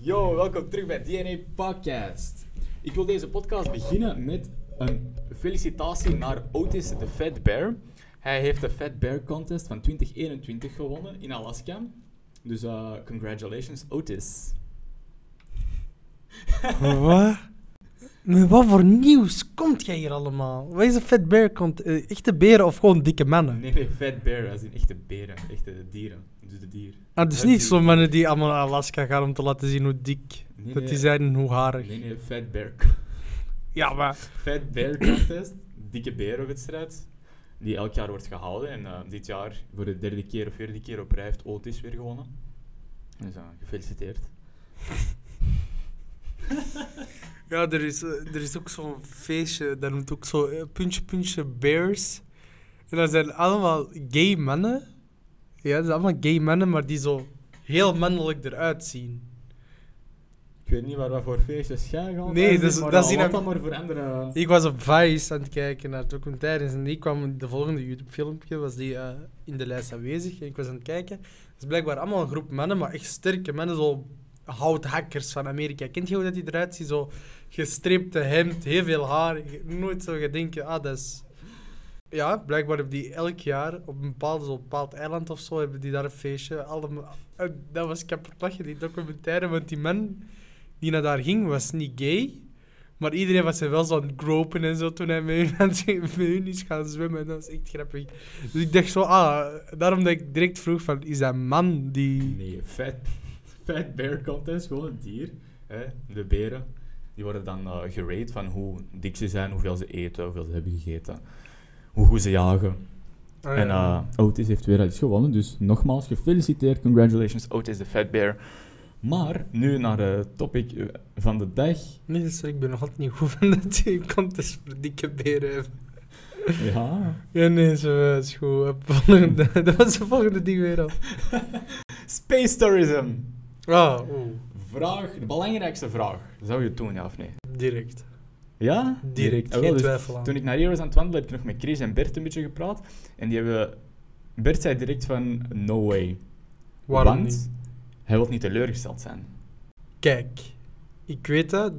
Yo, welkom terug bij DNA Podcast. Ik wil deze podcast beginnen met een felicitatie naar Otis the Fat Bear. Hij heeft de Fat Bear Contest van 2021 gewonnen in Alaska. Dus congratulations, Otis. Wat? Met wat voor nieuws komt jij hier allemaal? Wat is een Fat Bear Contest? Echte beren of gewoon dikke mannen? Nee, Fat Bear, dat zijn echte beren, echte dieren. Dus de dier. Het is niet zo mannen die allemaal naar Alaska gaan om te laten zien hoe dik dat die zijn en hoe harig. Nee, Fat Bear. Ja, maar... Fat Bear Contest, dikke berenwedstrijd, die elk jaar wordt gehouden. En dit jaar, voor de derde keer of vierde keer op rij, heeft Otis weer gewonnen. Dus gefeliciteerd. Ja, er is ook zo'n feestje, dat noemt ook zo puntje bears. En dat zijn allemaal gay mannen. Ja, dat zijn allemaal gay mannen, maar die zo heel mannelijk eruit zien. Ik weet niet wat voor feestjes jij gaat. Nee, maar dat is dan maar voor andere... Ik was op Vice aan het kijken naar documentaires en die kwam in de volgende YouTube-filmpje, was die in de lijst aanwezig en ik was aan het kijken. Het is blijkbaar allemaal een groep mannen, maar echt sterke mannen, zo houthakkers van Amerika. Kent je hoe dat die eruit ziet? Zo gestreepte hemd, heel veel haar. Nooit zo gaan denken, dat is... Ja, blijkbaar hebben die elk jaar op een bepaald eiland of zo, hebben die daar een feestje. Dat was kapot lachen, die documentaire, want die man die naar daar ging, was niet gay. Maar iedereen was er wel zo aan het gropen en zo toen hij met hun is gaan zwemmen. En dat was echt grappig. Dus ik dacht zo, daarom dat ik direct vroeg van, is dat een man die... Nee, Fat Bear Contest, gewoon een dier. Hè? De beren, die worden dan gerate van hoe dik ze zijn, hoeveel ze eten, hoeveel ze hebben gegeten, hoe goed ze jagen. En Otis heeft weer iets gewonnen, dus nogmaals gefeliciteerd, congratulations Otis the Fat Bear. Maar nu naar het topic van de dag. Nee, sorry, ik ben nog altijd niet goed van dat die contest voor dikke beren hebben. Ja. Ja, nee, zo is goed. Dat was de volgende ding weer al. Space tourism. Vraag, De belangrijkste vraag. Zou je het doen, ja of nee? direct. Ja? Direct, Wel, geen dus twijfel aan. toen ik naar hier was aan het wandelen, heb ik nog met Chris en Bert een beetje gepraat. En Bert zei direct van, no way. Waarom Want niet? hij wil niet teleurgesteld zijn. Kijk, ik weet dat.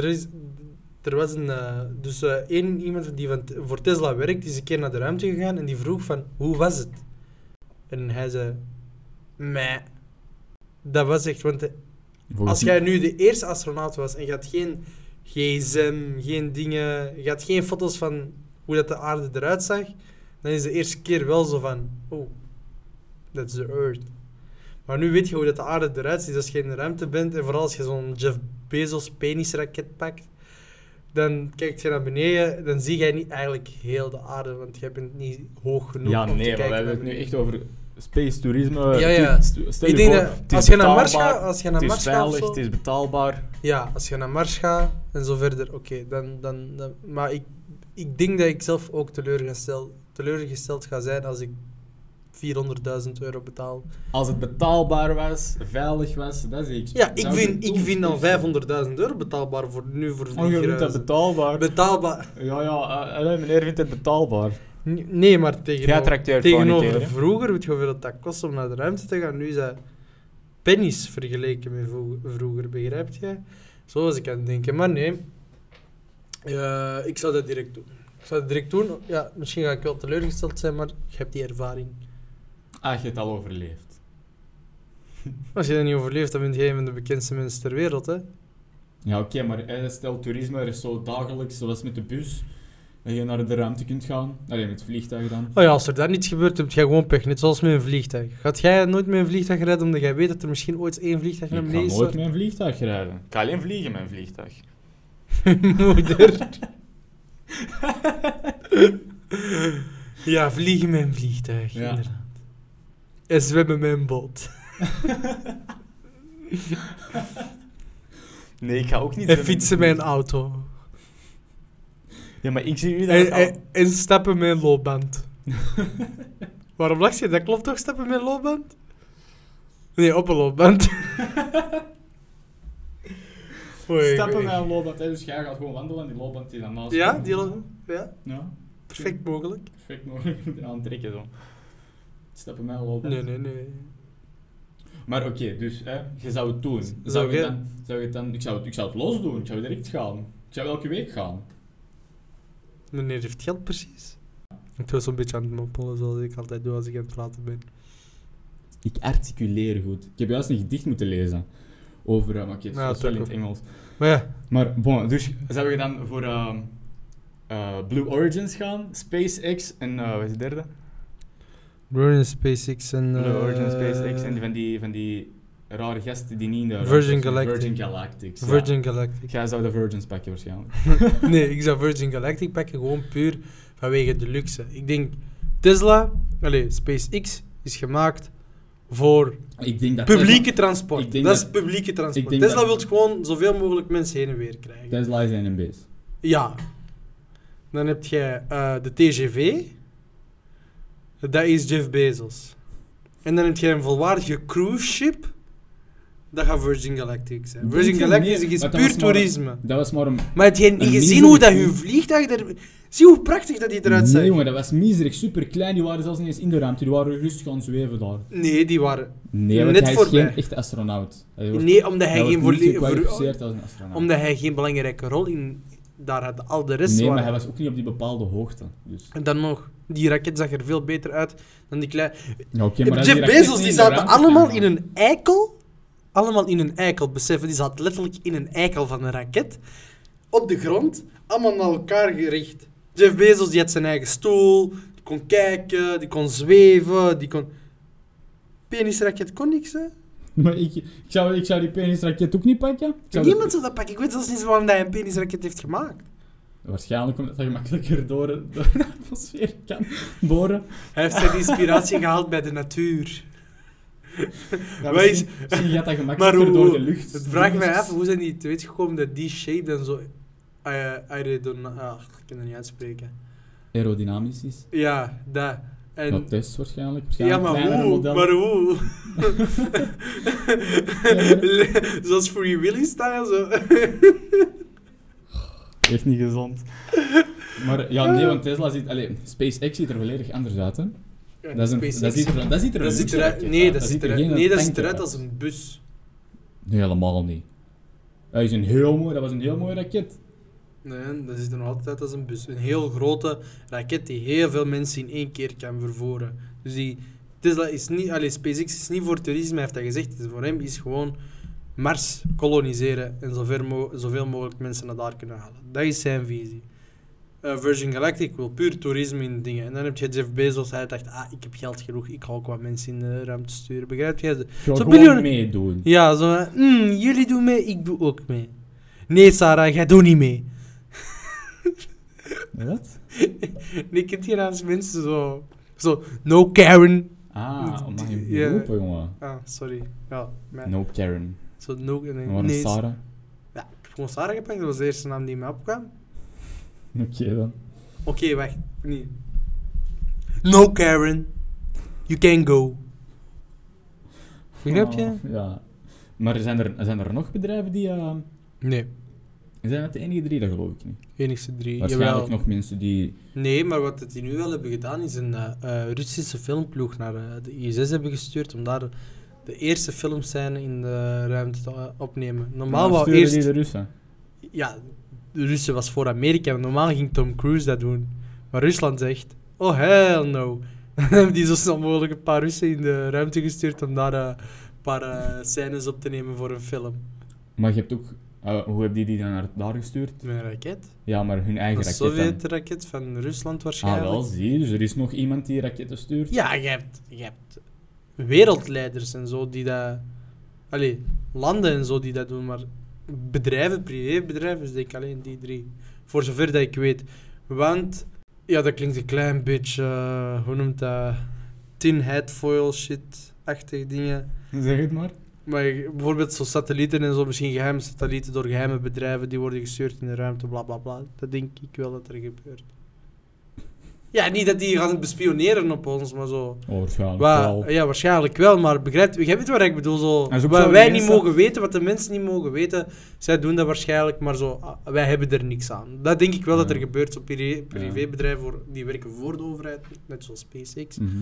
Er was één iemand die voor Tesla werkt, die is een keer naar de ruimte gegaan en die vroeg van, hoe was het? En hij zei, meh. Dat was echt, want als jij nu de eerste astronaut was en je had geen gsm, geen dingen, je had geen foto's van hoe dat de aarde eruit zag, dan is de eerste keer wel zo van, oh, that's the Earth. Maar nu weet je hoe dat de aarde eruit ziet als je in de ruimte bent en vooral als je zo'n Jeff Bezos penisraket pakt, dan kijk je naar beneden, dan zie jij niet eigenlijk heel de aarde, want je bent niet hoog genoeg Ja, om te nee, kijken. maar we hebben het nu echt over space toerisme. Ja. Stel Ik je denk voor, dat het is als je naar Mars betaalbaar, gaat, of het is zo, veilig, het is betaalbaar. ja, als je naar Mars gaat en zo verder, oké, dan maar ik denk dat ik zelf ook teleurgesteld ga zijn als ik €400.000 betaal. Als het betaalbaar was, veilig was, dat is iets. Ja, ik vind al €500.000 betaalbaar voor je vindt dat vliegreizen. betaalbaar? Betaalbaar. Ja, meneer vindt het betaalbaar. Nee, maar Jij trakteert tegenover gewoon niet, hè? vroeger, weet je hoeveel dat kost om naar de ruimte te gaan? Nu is dat pennies vergeleken met vroeger, begrijp je? Zo was ik aan het denken. Maar nee, ik zou dat direct doen. Ja, misschien ga ik wel teleurgesteld zijn, maar je hebt die ervaring. Als je het al overleeft. Als je dat niet overleeft, dan ben jij een van de bekendste mensen ter wereld, hè? Ja, oké, maar stel toerisme, er is zo dagelijks, zoals met de bus, dat je naar de ruimte kunt gaan. Alleen met het vliegtuig dan. Oh ja, als er daar niets gebeurt, heb jij gewoon pech. Net zoals met een vliegtuig. Gaat jij nooit met een vliegtuig rijden omdat jij weet dat er misschien ooit één vliegtuig naar Ik ga beneden nooit stort? met een vliegtuig rijden. Ik ga alleen vliegen met een vliegtuig. Moeder. Ja, vliegen met een vliegtuig, Ja. inderdaad. En zwemmen met een boot. Nee, ik ga ook niet... En fietsen met een auto. Ja, maar ik zie u dat... En stappen met een loopband. Waarom lach je? Dat klopt toch, stappen met een loopband? Nee, op een loopband. Stappen met een loopband, hè. Dus jij gaat gewoon wandelen en die loopband die dan naast... Ja, ja, Ja, perfect mogelijk. perfect mogelijk. Aantrekken zo. Stappen met een loopband. Nee. Maar oké, dus je zou het doen. Zou Ik zou het los doen. Ik zou direct gaan. Ik zou elke week gaan. Meneer heeft geld precies. Ik was zo'n beetje aan het moppelen, zoals ik altijd doe als ik aan het praten ben. Ik articuleer goed. Ik heb juist een gedicht moeten lezen. Over... maar oké, dat is wel in het Engels. Maar ja. Maar bon, dus zouden we dan voor Blue Origins gaan, SpaceX en wat is de derde? Blue Origin, SpaceX en... Blue Origin, SpaceX en van die rare gasten die niet in de... Virgin Galactic. Virgin Galactic. Virgin Galactic. Jij zou de Virgins pakken waarschijnlijk. Nee, ik zou Virgin Galactic pakken gewoon puur vanwege de luxe. Ik denk, SpaceX is gemaakt voor Ik denk dat publieke transport. ik denk Dat dat- is publieke transport. denk Tesla dat- wil gewoon zoveel mogelijk mensen heen en weer krijgen. Tesla is een base. Ja. Dan heb je de TGV. Dat is Jeff Bezos. En dan heb je een volwaardige cruise ship. Dat gaat Virgin Galactic zijn. Denk Virgin je? Galactic Nee, is maar dat puur was maar- toerisme. Dat was maar een... Maar heb je niet een gezien hoe dat miserig- je vliegtuig er... Zie hoe prachtig dat die eruit zag. Nee jongen, dat was miserig, super klein. Die waren zelfs niet eens in de ruimte. Die waren rustig gaan zweven daar. Nee, die waren... Nee, want Net hij is voorbij. geen echte astronaut. Hij wordt, Nee, omdat hij hij wordt geen... niet volle- gekwalificeerd als een astronaut. Omdat hij geen belangrijke rol in... Daar had al de rest Nee, maar waren. hij was ook niet op die bepaalde hoogte. Dus. En dan nog, die raket zag er veel beter uit dan die kleine... Ja, oké, maar als Jeff die raket Bezos, niet die in de zaten ruimte allemaal kan in gaan. een eikel. Allemaal in een eikel, beseffen. Die zaten letterlijk in een eikel van een raket. Op de grond, allemaal naar elkaar gericht. Jeff Bezos, die had zijn eigen stoel. Die kon kijken, die kon zweven, die kon... Penisraket kon niks, hè? Maar ik zou die penisraket ook niet pakken. Ik zou Niemand zou dat pakken. Ik weet zelfs niet waarom hij een penisraket heeft gemaakt. Waarschijnlijk omdat hij gemakkelijker door de atmosfeer kan boren. Hij heeft zijn inspiratie gehaald bij de natuur. Ja, Wij- misschien gaat dat Maar gemakkelijker door de lucht. Het vraagt mij af, hoe zijn die te weten gekomen dat die shape dan zo... ik kan dat niet uitspreken. Aerodynamisch is. Ja, dat. En... Dat test waarschijnlijk. Ja, maar kleinere hoe? modellen. Maar hoe? Ja, Zoals Free Willy style, zo. Echt niet gezond. Maar ja, nee, want Tesla ziet... SpaceX ziet er volledig anders uit, hè. Dat ziet er Dat ziet luxe eruit, raket nee, uit. dat ziet er eruit, geen nee, dat tank ziet eruit uit. als een bus. Nee, helemaal niet. Dat was een heel mooi raket. Nee, dat ziet er nog altijd uit als een bus. Een heel grote raket die heel veel mensen in één keer kan vervoeren. Dus die Tesla is niet... SpaceX is niet voor toerisme, hij heeft dat gezegd. Dus voor hem is gewoon Mars koloniseren en zoveel mogelijk mensen naar daar kunnen halen. Dat is zijn visie. Virgin Galactic wil puur toerisme in dingen. En dan heb je Jeff Bezos, hij dacht, ik heb geld genoeg, ik ga ook wat mensen in de ruimte sturen. Begrijp je? Ik ga Zo gewoon biljoen- meedoen. Ja, zo, jullie doen mee, ik doe ook mee. Nee, Sarah, jij doet niet mee. Wat? Nee, kent je als mensen zo, no Karen. Mag je Ja. roepen, jongen? Ah, sorry. Ja, No Karen. Zo, no, nee, Waarom nee, Sarah? Ja, ik heb gewoon Sarah gepakt, dat was de eerste naam die me opkwam. Oké dan. Oké, wacht. Nee. No Karen. You can go. Begrijp je? Ja. Maar zijn er nog bedrijven die... Nee. Zijn het de enige 3? Dat geloof ik niet. Enigste 3. Waarschijnlijk Jawel. nog mensen die... Nee, maar wat die nu wel hebben gedaan is een Russische filmploeg naar de ISS hebben gestuurd om daar de eerste filmscène in de ruimte te opnemen. Normaal wou sturen eerst... die de Russen. Ja, de Russen was voor Amerika. Normaal ging Tom Cruise dat doen. Maar Rusland zegt, oh hell no. Dan hebben die zo snel mogelijk een paar Russen in de ruimte gestuurd om daar een paar scènes op te nemen voor een film. Maar je hebt ook... hoe heb je die dan daar gestuurd? Met een raket. Ja, maar hun eigen Een raket dan. Sovjet-raket van Rusland waarschijnlijk. Wel, zie. Dus er is nog iemand die raketten stuurt. Ja, je hebt wereldleiders en zo die dat... landen en zo die dat doen, maar bedrijven, privébedrijven, is denk ik alleen die 3. Voor zover dat ik weet. Want, ja, dat klinkt een klein beetje, hoe noemt dat? Tin hat foil shit-achtige dingen. Zeg het maar. Maar bijvoorbeeld zo satellieten en zo, misschien geheime satellieten door geheime bedrijven, die worden gestuurd in de ruimte, bla bla bla. Dat denk ik wel dat er gebeurt. Ja, niet dat die gaan bespioneren op ons, maar zo. Oh, waarschijnlijk wel. Ja, waarschijnlijk wel, maar begrijp je weet wat ik bedoel? Zo, En zo wat zouden wij mensen- niet mogen weten, wat de mensen niet mogen weten, zij doen dat waarschijnlijk, maar zo, wij hebben er niks aan. Dat denk ik wel dat er Ja. gebeurt. Zo privébedrijven die werken voor de overheid, net zoals SpaceX. Mhm.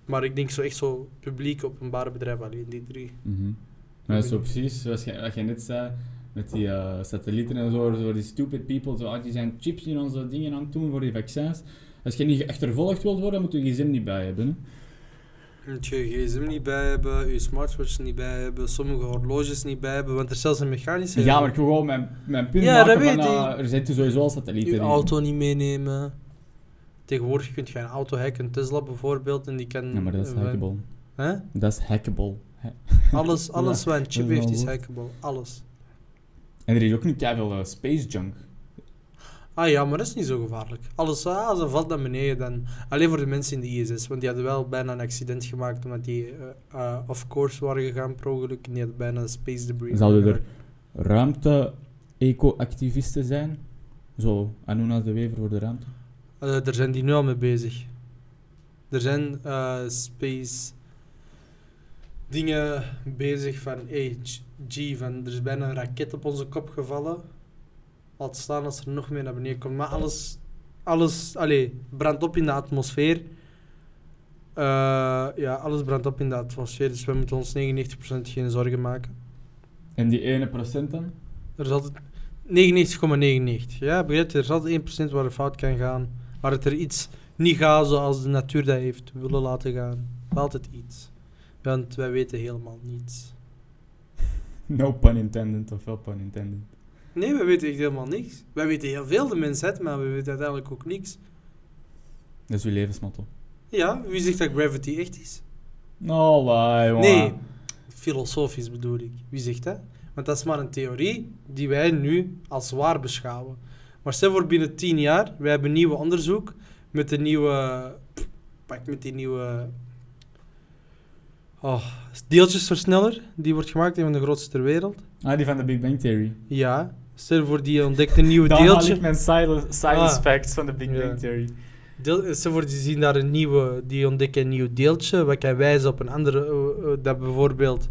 Maar ik denk zo echt zo publiek, openbare bedrijven, alleen die 3. Maar dat is zo precies, zoals wat je net zei, met die satellieten en zo die stupid people, die zijn chips in onze dingen aan het doen voor die vaccins. Als je niet achtervolgd wilt worden, moet je je gsm niet bij hebben. Hè? Moet je gsm niet bij hebben, je smartwatch niet bij hebben, sommige horloges niet bij hebben, want er is zelfs een mechanische... Ja, maar ik wil gewoon mijn punt Ja, dat maken weet van, ik. er zitten sowieso al satellieten Je in. auto niet meenemen. Tegenwoordig kun je een auto hacken, een Tesla bijvoorbeeld, en die kan... Ja, maar dat is hackable. Hè? Dat is hackable. Alles Ja, wat een chip dat is heeft wel is goed. hackable. Alles. En er is ook nu keiveel space junk. Ah ja, maar dat is niet zo gevaarlijk. Alles, als dat valt naar beneden, dan... Alleen voor de mensen in de ISS, want die hadden wel bijna een accident gemaakt, omdat die off-course waren gegaan per ongeluk, en die hadden bijna space debris. Zouden er ruimte-eco-activisten zijn? Zo, Anuna de Wever voor de ruimte. Daar zijn die nu al mee bezig. Er zijn space dingen bezig van, hey, van er is bijna een raket op onze kop gevallen. Laat staan als er nog meer naar beneden komt. Maar alles brandt op in de atmosfeer. Ja, alles brandt op in de atmosfeer, dus we moeten ons 99% geen zorgen maken. En die 1% dan? Er is altijd 99,99. Ja, begrijp je? Er is altijd 1% waar er fout kan gaan. Waar het er iets niet gaat zoals de natuur dat heeft willen laten gaan. Er is altijd iets. Want wij weten helemaal niets. No pun intended, of wel pun intended. Nee, wij weten echt helemaal niks. Wij weten heel veel, de mensheid, maar we weten uiteindelijk ook niks. Dat is uw levensmotto. Ja, wie zegt dat gravity echt is? No, jongen. Nee, filosofisch bedoel ik. Wie zegt dat? Want dat is maar een theorie die wij nu als waar beschouwen. Maar stel voor binnen 10 jaar, wij hebben nieuw onderzoek met de nieuwe... met die nieuwe... deeltjesversneller, die wordt gemaakt, een van de grootste ter wereld. Ah, die van de Big Bang Theory. Ja, stel voor die ontdekt een nieuw Dan haal deeltje. ik mijn science facts van de Big Ja. Bang Theory. Stel voor die zien daar een nieuwe, die ontdekken een nieuw deeltje, wat kan wijzen op een andere, dat bijvoorbeeld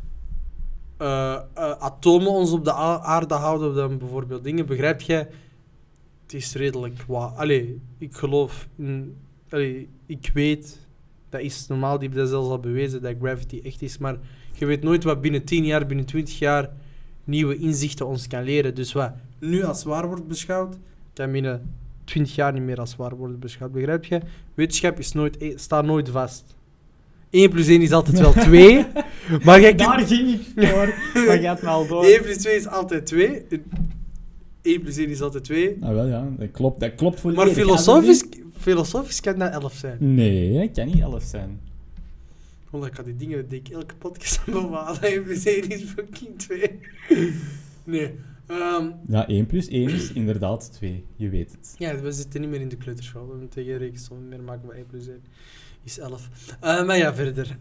atomen ons op de aarde houden, of dan bijvoorbeeld dingen, begrijp jij? Het is redelijk waar. Allee, ik geloof in, ik weet, dat is normaal, die hebben dat zelfs al bewezen, dat gravity echt is, maar je weet nooit wat binnen 10 jaar, binnen 20 jaar nieuwe inzichten ons kan leren. Dus wat nu als waar wordt beschouwd, kan binnen 20 jaar niet meer als waar worden beschouwd. Begrijp je? Wetenschap is staat nooit vast. 1 plus 1 is altijd wel 2. Maar jij Daar kunt... ging ik voor. Maar gaat me al door. 1 plus 2 is altijd 2. 1 plus 1 is altijd 2. Ah, wel ja, dat klopt volledig. Maar filosofisch kan dat 11 zijn. Nee, het kan niet 11 zijn. Want ik ga die dingen die ik elke podcast aan bepalen. 1 plus 1 is fucking 2. Nee. Ja, 1 plus 1 is inderdaad 2. Je weet het. Ja, we zitten niet meer in de kleuterschool. We hebben tegen rekensom meer maken we 1 plus 1 is 11. Maar ja, verder.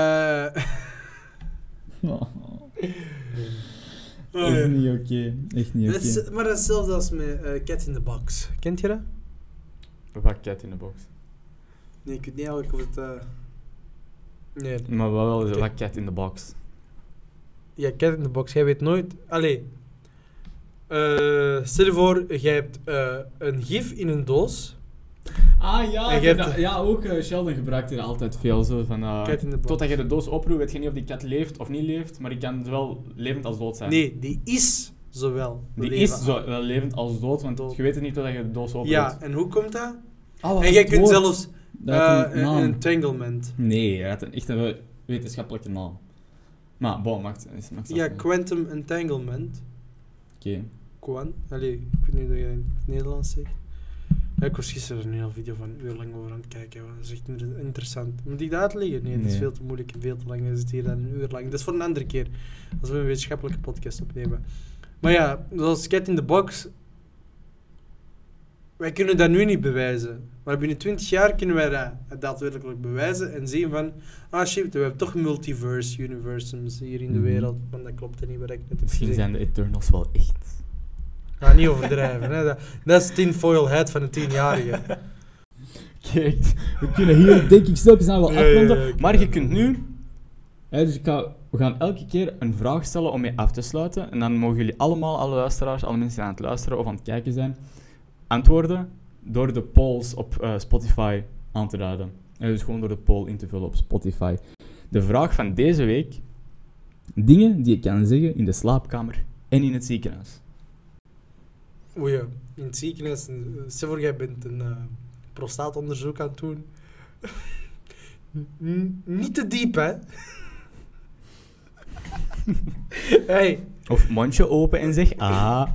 Echt niet oké. Echt niet oké. Maar dat is hetzelfde als met Cat in the Box. Kent je dat? Wat cat in de box. Nee, ik weet niet eigenlijk of het... Nee. Maar wel is wat cat in the box. Ja, Cat in the Box. Jij weet nooit... Allee. Stel je voor, jij hebt een gif in een doos. Ah ja, En je hebt- ja ook Sheldon gebruikte dat altijd veel. Zo, van, Cat in the box. totdat je de doos oproept, weet je niet of die kat leeft of niet leeft, maar die kan zowel levend als dood zijn. Nee, die is zowel Die leven- is zowel levend als dood, want Dood. je weet het niet totdat je de doos oproept. Ja, en hoe komt dat? Oh, wat En is jij het kunt woord? zelfs Dat heeft een naam. een entanglement. Nee, hij had echt een wetenschappelijke naam. Maar, bon, maakt Ja, quantum entanglement. Oké. Allee, ik weet niet hoe je het in het Nederlands zegt. Ja, ik was gisteren een hele video van een uur lang over aan het kijken. Dat is echt interessant. Moet ik dat uitleggen? Nee, dat is Nee. veel te moeilijk en veel te lang. Dat is hier dan een uur lang. Dat is voor een andere keer. Als we een wetenschappelijke podcast opnemen. Maar ja, zoals Cat in the Box. Wij kunnen dat nu niet bewijzen. Maar binnen 20 jaar kunnen wij dat daadwerkelijk bewijzen. En zien van... Ah shit, we hebben toch multiverse universums hier in de wereld. Want dat klopt niet wat ik net heb Misschien gezegd. zijn de Eternals wel echt. Ga niet overdrijven. Hè. Dat is tinfoilheid van een 10-jarige. Kijk, we kunnen hier denk ik stilletjes aan wel Ja, afronden. ja, ja, Maar je kunt nu... dus we gaan elke keer een vraag stellen om mee af te sluiten. En dan mogen jullie allemaal, alle luisteraars, alle mensen die aan het luisteren of aan het kijken zijn, antwoorden door de polls op Spotify aan te raden. En dus gewoon door de poll in te vullen op Spotify. De vraag van deze week. Dingen die je kan zeggen in de slaapkamer en in het ziekenhuis. Oei, in het ziekenhuis, stel voor jij bent een prostaatonderzoek aan het doen. Niet te diep, hè? Hey. Of mondje open en zeg ah.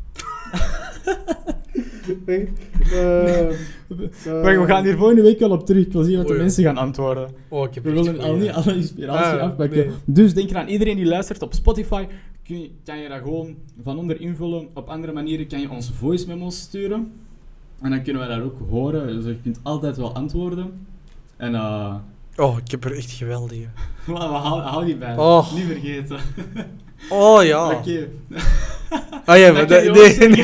Maar we gaan hier volgende week wel op terug. Ik wil zien wat de mensen gaan antwoorden. Oh, ik heb We echt willen al niet alle inspiratie Ah, afpakken. nee. Dus denk eraan, iedereen die luistert op Spotify, kan je dat gewoon van onder invullen. Op andere manieren kan je ons voice memos sturen. En dan kunnen we dat ook horen. Dus je kunt altijd wel antwoorden. En Oh, ik heb er echt geweldige. hou die bij. Oh. Niet vergeten. Oh ja. Oké. Ah ja, maar Dat kan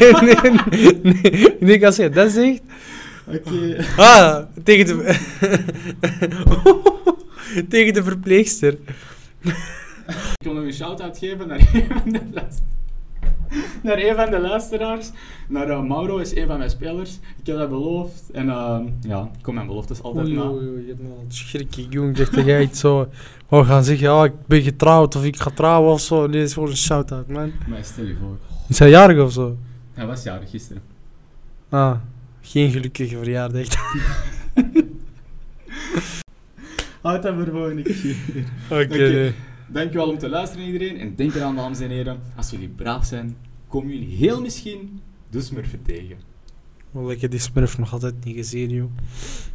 je nee, als je dat zegt. Oké. Ah, tegen de... tegen de verpleegster. Ik wil nog een shout-out geven naar een van de luisteraars. Naar Mauro is een van mijn spelers. Ik heb dat beloofd. En ja, ik kom mijn beloftes altijd na. Oei, het schrik ik, jong. Ik dacht dat jij iets zo... wou gaan zeggen, ja, ik ben getrouwd of ik ga trouwen of zo. Nee, het is gewoon een shout-out, man. Maar stel je voor. Is hij jarig of zo? Hij was jarig gisteren. Ah, geen gelukkige verjaardag. Houd dat voor volgende keer. Oké. Oké. Dankjewel om te luisteren iedereen. En denk eraan, dames en heren, als jullie braaf zijn, komen jullie heel misschien de smurfen tegen. Wel, ik heb die smurf nog altijd niet gezien, joh.